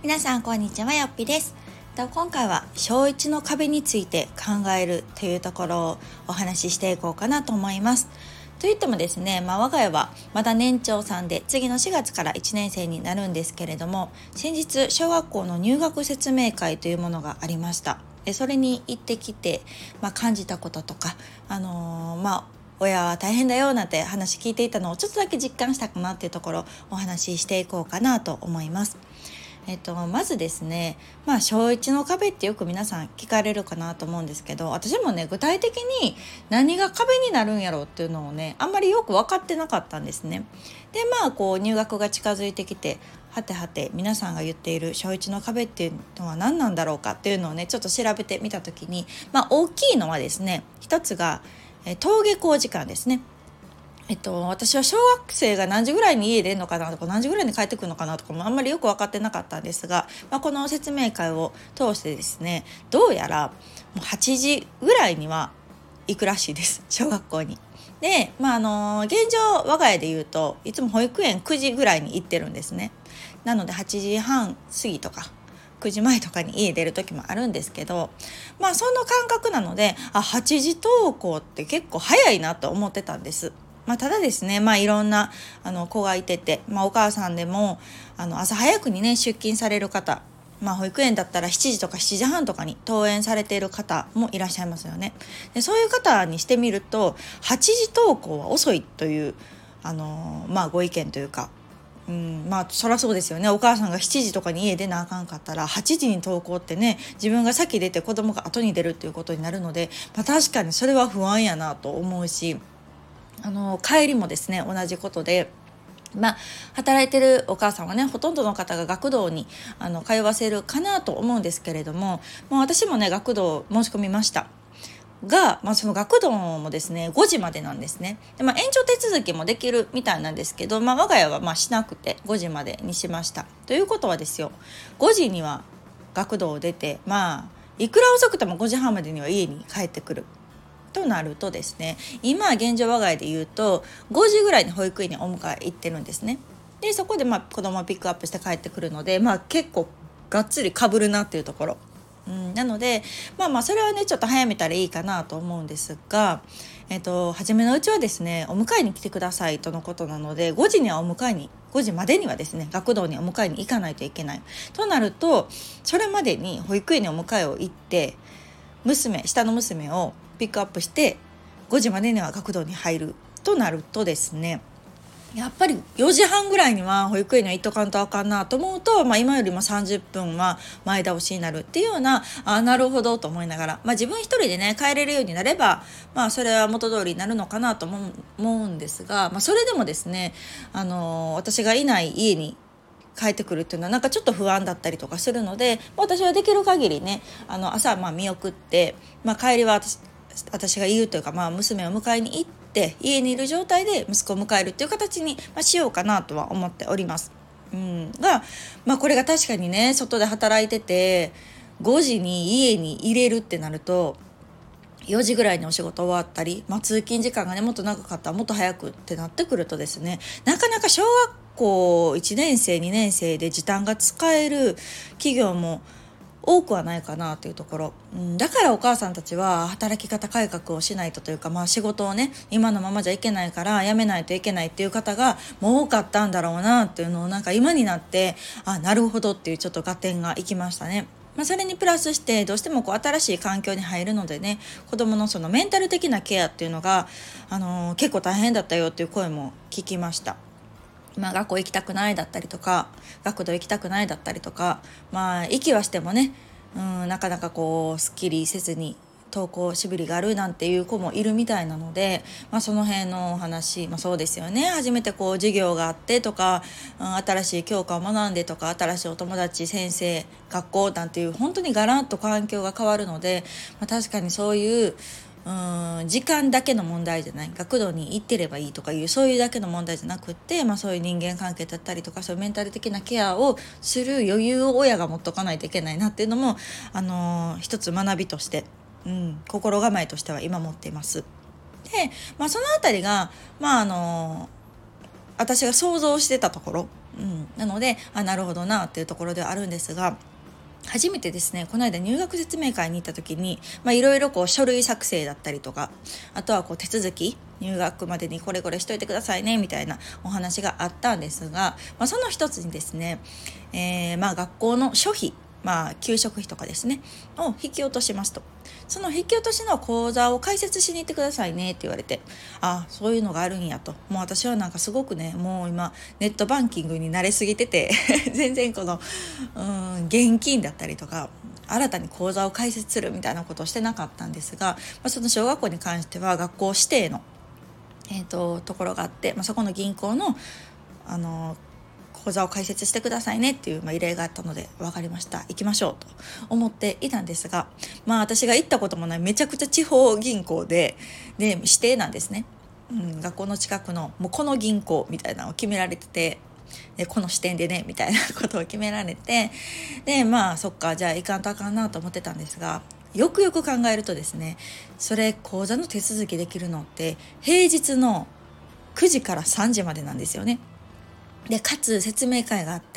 皆さんこんにちは、よっぴです。今回は小1の壁について考えるというところをお話ししていこうかなと思います。といってもですね、我が家はまだ年長さんで次の4月から1年生になるんですけれども、先日小学校の入学説明会というものがありました。それに行ってきて、感じたこととか、親は大変だよなんて話聞いていたのをちょっとだけ実感したかなっていうところをお話ししていこうかなと思います。まずですね、小1の壁ってよく皆さん聞かれるかなと思うんですけど、私もね具体的に何が壁になるんやろうっていうのをねあんまりよく分かってなかったんですね。で入学が近づいてきて、はて皆さんが言っている小1の壁っていうのは何なんだろうかっていうのをねちょっと調べてみた時に、大きいのはですね、一つが登下校時間ですね。私は小学生が何時ぐらいに家出るのかなとか何時ぐらいに帰ってくるのかなとかもあんまりよく分かってなかったんですが、この説明会を通してですね、どうやらもう8時ぐらいには行くらしいです、小学校に。で、現状我が家で言うといつも保育園9時ぐらいに行ってるんですね。なので8時半過ぎとか9時前とかに家出る時もあるんですけど、その感覚なので8時登校って結構早いなと思ってたんです。ただですね、いろんな子がいてて、お母さんでも朝早くにね出勤される方、保育園だったら7時とか7時半とかに登園されている方もいらっしゃいますよね。でそういう方にしてみると8時登校は遅いというご意見というか、そりゃそうですよね。お母さんが7時とかに家出なあかんかったら8時に登校ってね、自分が先出て子供が後に出るっていうことになるので、確かにそれは不安やなと思うし、帰りもですね同じことで、働いてるお母さんはねほとんどの方が学童に通わせるかなと思うんですけれども、私もね学童申し込みましたが、その学童もですね5時までなんですね。で、延長手続きもできるみたいなんですけど、我が家はしなくて5時までにしました。ということはですよ、5時には学童を出て、いくら遅くても5時半までには家に帰ってくるとなるとですね、今現状我が家で言うと5時ぐらいに保育園にお迎え行ってるんですね。でそこで子供をピックアップして帰ってくるので、結構がっつり被るなっていうところ、なのでそれはねちょっと早めたらいいかなと思うんですが、初めのうちはですねお迎えに来てくださいとのことなので、5時には5時までにはですね学童にお迎えに行かないといけないとなると、それまでに保育園にお迎えを行って下の娘をピックアップして5時までには学童に入るとなるとですね、やっぱり4時半ぐらいには保育園には行っとかんとあかんなと思うと、今よりも30分は前倒しになるっていうような、なるほどと思いながら、自分一人でね帰れるようになれば、それは元通りになるのかなと思うんですが、それでもですね、私がいない家に帰ってくるっていうのはなんかちょっと不安だったりとかするので、私はできる限りね朝見送って、帰りは私が言うというか、娘を迎えに行って家にいる状態で息子を迎えるっていう形に、しようかなとは思っております。これが確かにね外で働いてて5時に家に入れるってなると4時ぐらいにお仕事終わったり、通勤時間がねもっと長かったらもっと早くってなってくるとですね、なかなか小学校1年生2年生で時短が使える企業も多くはないかなというところ、だからお母さんたちは働き方改革をしないというか、仕事をね今のままじゃいけないから辞めないといけないっていう方がもう多かったんだろうなっていうのをなんか今になってなるほどっていうちょっと合点がいきましたね。それにプラスしてどうしても新しい環境に入るのでね、子どものそのメンタル的なケアっていうのが、結構大変だったよっていう声も聞きました。学校行きたくないだったりとか学童行きたくないだったりとか、息はしてもね、なかなかすっきりせずに登校しぶりがあるなんていう子もいるみたいなので、その辺のお話、そうですよね。初めて授業があってとか、新しい教科を学んでとか新しいお友達先生学校なんていう本当にガラッと環境が変わるので、確かにそういう時間だけの問題じゃない、学童に行ってればいいとかいうそういうだけの問題じゃなくって、そういう人間関係だったりとかそういうメンタル的なケアをする余裕を親が持っとかないといけないなっていうのも、一つ学びとして、心構えとしては今持っています。で、そのあたりが、私が想像してたところ、 なのでなるほどなっていうところではあるんですが、初めてですね、この間入学説明会に行った時にいろいろ書類作成だったりとか、あとは手続き、入学までにこれこれしといてくださいねみたいなお話があったんですが、その一つにですね、学校の諸費、給食費とかですねを引き落としますと、その引き落としの口座を開設しに行ってくださいねって言われて、そういうのがあるんやと。もう私はなんかすごくね、もう今ネットバンキングに慣れすぎてて全然現金だったりとか新たに口座を開設するみたいなことをしてなかったんですが、その小学校に関しては学校指定の、ところがあって、そこの銀行の口座を開設してくださいねっていう依頼があったので、分かりました、行きましょうと思っていたんですが、私が行ったこともないめちゃくちゃ地方銀行で指定なんですね、学校の近くのもうこの銀行みたいなのを決められてて、でこの支店でねみたいなことを決められて、でそっか、じゃあ行かんとあかんなと思ってたんですが、よくよく考えるとですね、それ口座の手続きできるのって平日の9時から3時までなんですよね。でかつ説明会があって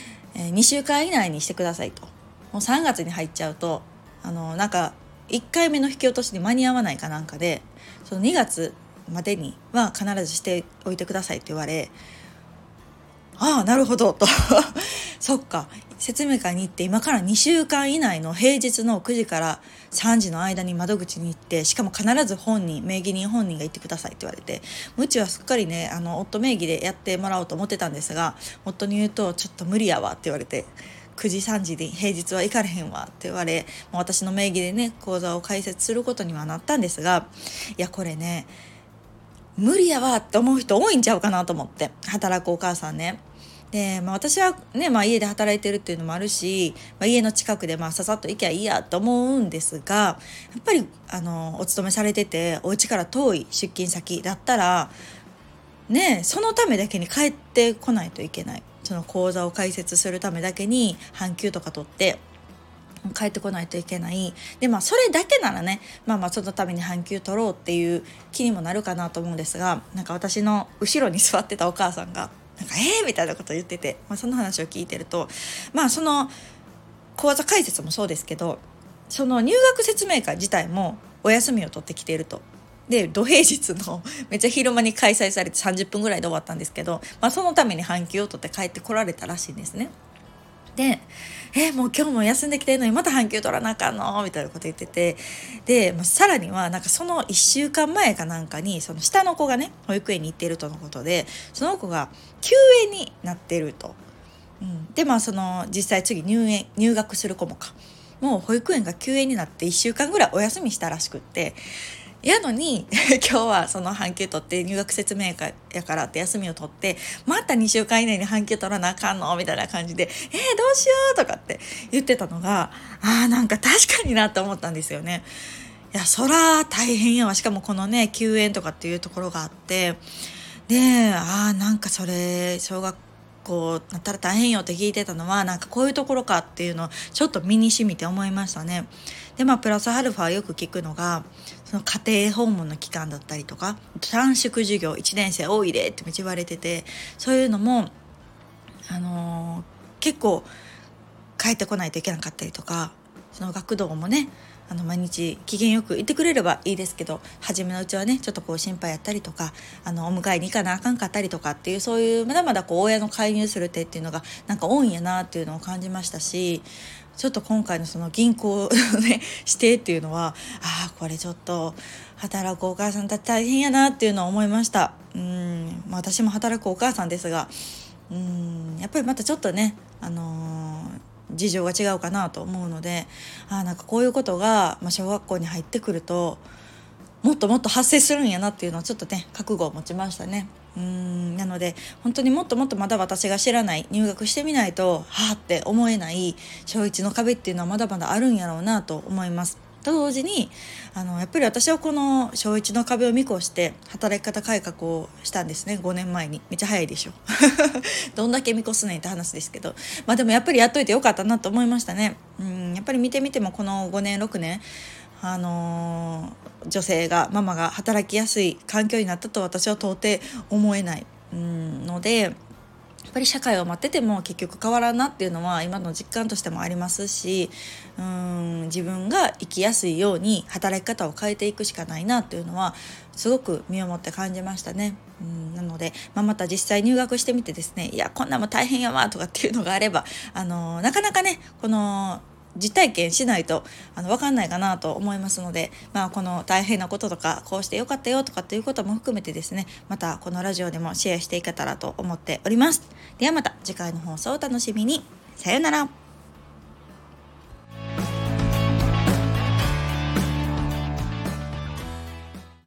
、2週間以内にしてくださいと。もう3月に入っちゃうとなんか1回目の引き落としに間に合わないかなんかで、その2月までには必ずしておいてくださいって言われ、なるほどとそっか、説明会に行って今から2週間以内の平日の9時から3時の間に窓口に行って、しかも必ず名義人本人が行ってくださいって言われて、うちはすっかりね夫名義でやってもらおうと思ってたんですが、夫に言うとちょっと無理やわって言われて、9時3時で平日は行かれへんわって言われ、もう私の名義でね口座を開設することにはなったんですが、いやこれね無理やわって思う人多いんちゃうかなと思って、働くお母さんね。で、私はね、家で働いてるっていうのもあるし、家の近くでささっと行きゃいいやと思うんですが、やっぱりお勤めされててお家から遠い出勤先だったらね、そのためだけに帰ってこないといけない、その口座を開設するためだけに半休とか取って帰ってこないといけない。でそれだけならね、そのために半休取ろうっていう気にもなるかなと思うんですが、なんか私の後ろに座ってたお母さんがなんかみたいなことを言ってて、その話を聞いてると、その講座開設もそうですけど、その入学説明会自体もお休みを取ってきていると。で土平日のめっちゃ昼間に開催されて30分ぐらいで終わったんですけど、そのために半休を取って帰ってこられたらしいんですね。でもう今日も休んできてるのにまた半休取らなあかんのみたいなこと言ってて、で、さらにはなんかその1週間前かなんかにその下の子がね保育園に行っているとのことで、その子が休園になっていると、でその実際次入学する子ももう保育園が休園になって1週間ぐらいお休みしたらしくって、やのに今日はその半休取って入学説明会やからって休みを取って、また2週間以内に半休取らなあかんのみたいな感じでどうしようとかって言ってたのが、なんか確かになって思ったんですよね。いやそら大変やわ。しかもこのね休園とかっていうところがあって、でなんかそれ小学校なったら大変よって聞いてたのは、なんかこういうところかっていうのをちょっと身に染みて思いましたね。でプラスアルファよく聞くのが、その家庭訪問の期間だったりとか短縮授業1年生多いでって言われてて、そういうのも結構帰ってこないといけなかったりとか、その学童もね毎日機嫌よくいてくれればいいですけど、初めのうちはねちょっと心配やったりとか、お迎えに行かなあかんかったりとかっていう、そういうまだまだ親の介入する手っていうのがなんか多いんやなっていうのを感じましたし、ちょっと今回のその銀行のね指定っていうのはこれちょっと働くお母さんたち大変やなっていうのを思いました。私も働くお母さんですが、やっぱりまたちょっとね事情が違うかなと思うので、なんかこういうことが、小学校に入ってくるともっともっと発生するんやなっていうのをちょっとね覚悟を持ちましたね。なので本当にもっともっとまだ私が知らない、入学してみないとって思えない小1の壁っていうのはまだまだあるんやろうなと思います。と同時にやっぱり私はこの小1の壁を見越して働き方改革をしたんですね。5年前に。めっちゃ早いでしょどんだけ見越すねんって話ですけど、でもやっぱりやっといてよかったなと思いましたね。やっぱり見てみてもこの5年6年女性がママが働きやすい環境になったと私は到底思えないので、 やっぱり社会を待ってても結局変わらんなっていうのは今の実感としてもありますし、自分が生きやすいように働き方を変えていくしかないなっていうのはすごく身をもって感じましたね。なので、また実際入学してみてですね、いやこんなんも大変やわとかっていうのがあれば、なかなかねこの実体験しないと分かんないかなと思いますので、この大変なこととかこうしてよかったよとかっていうことも含めてですね、またこのラジオでもシェアしていけたらと思っております。ではまた次回の放送をお楽しみに。さようなら。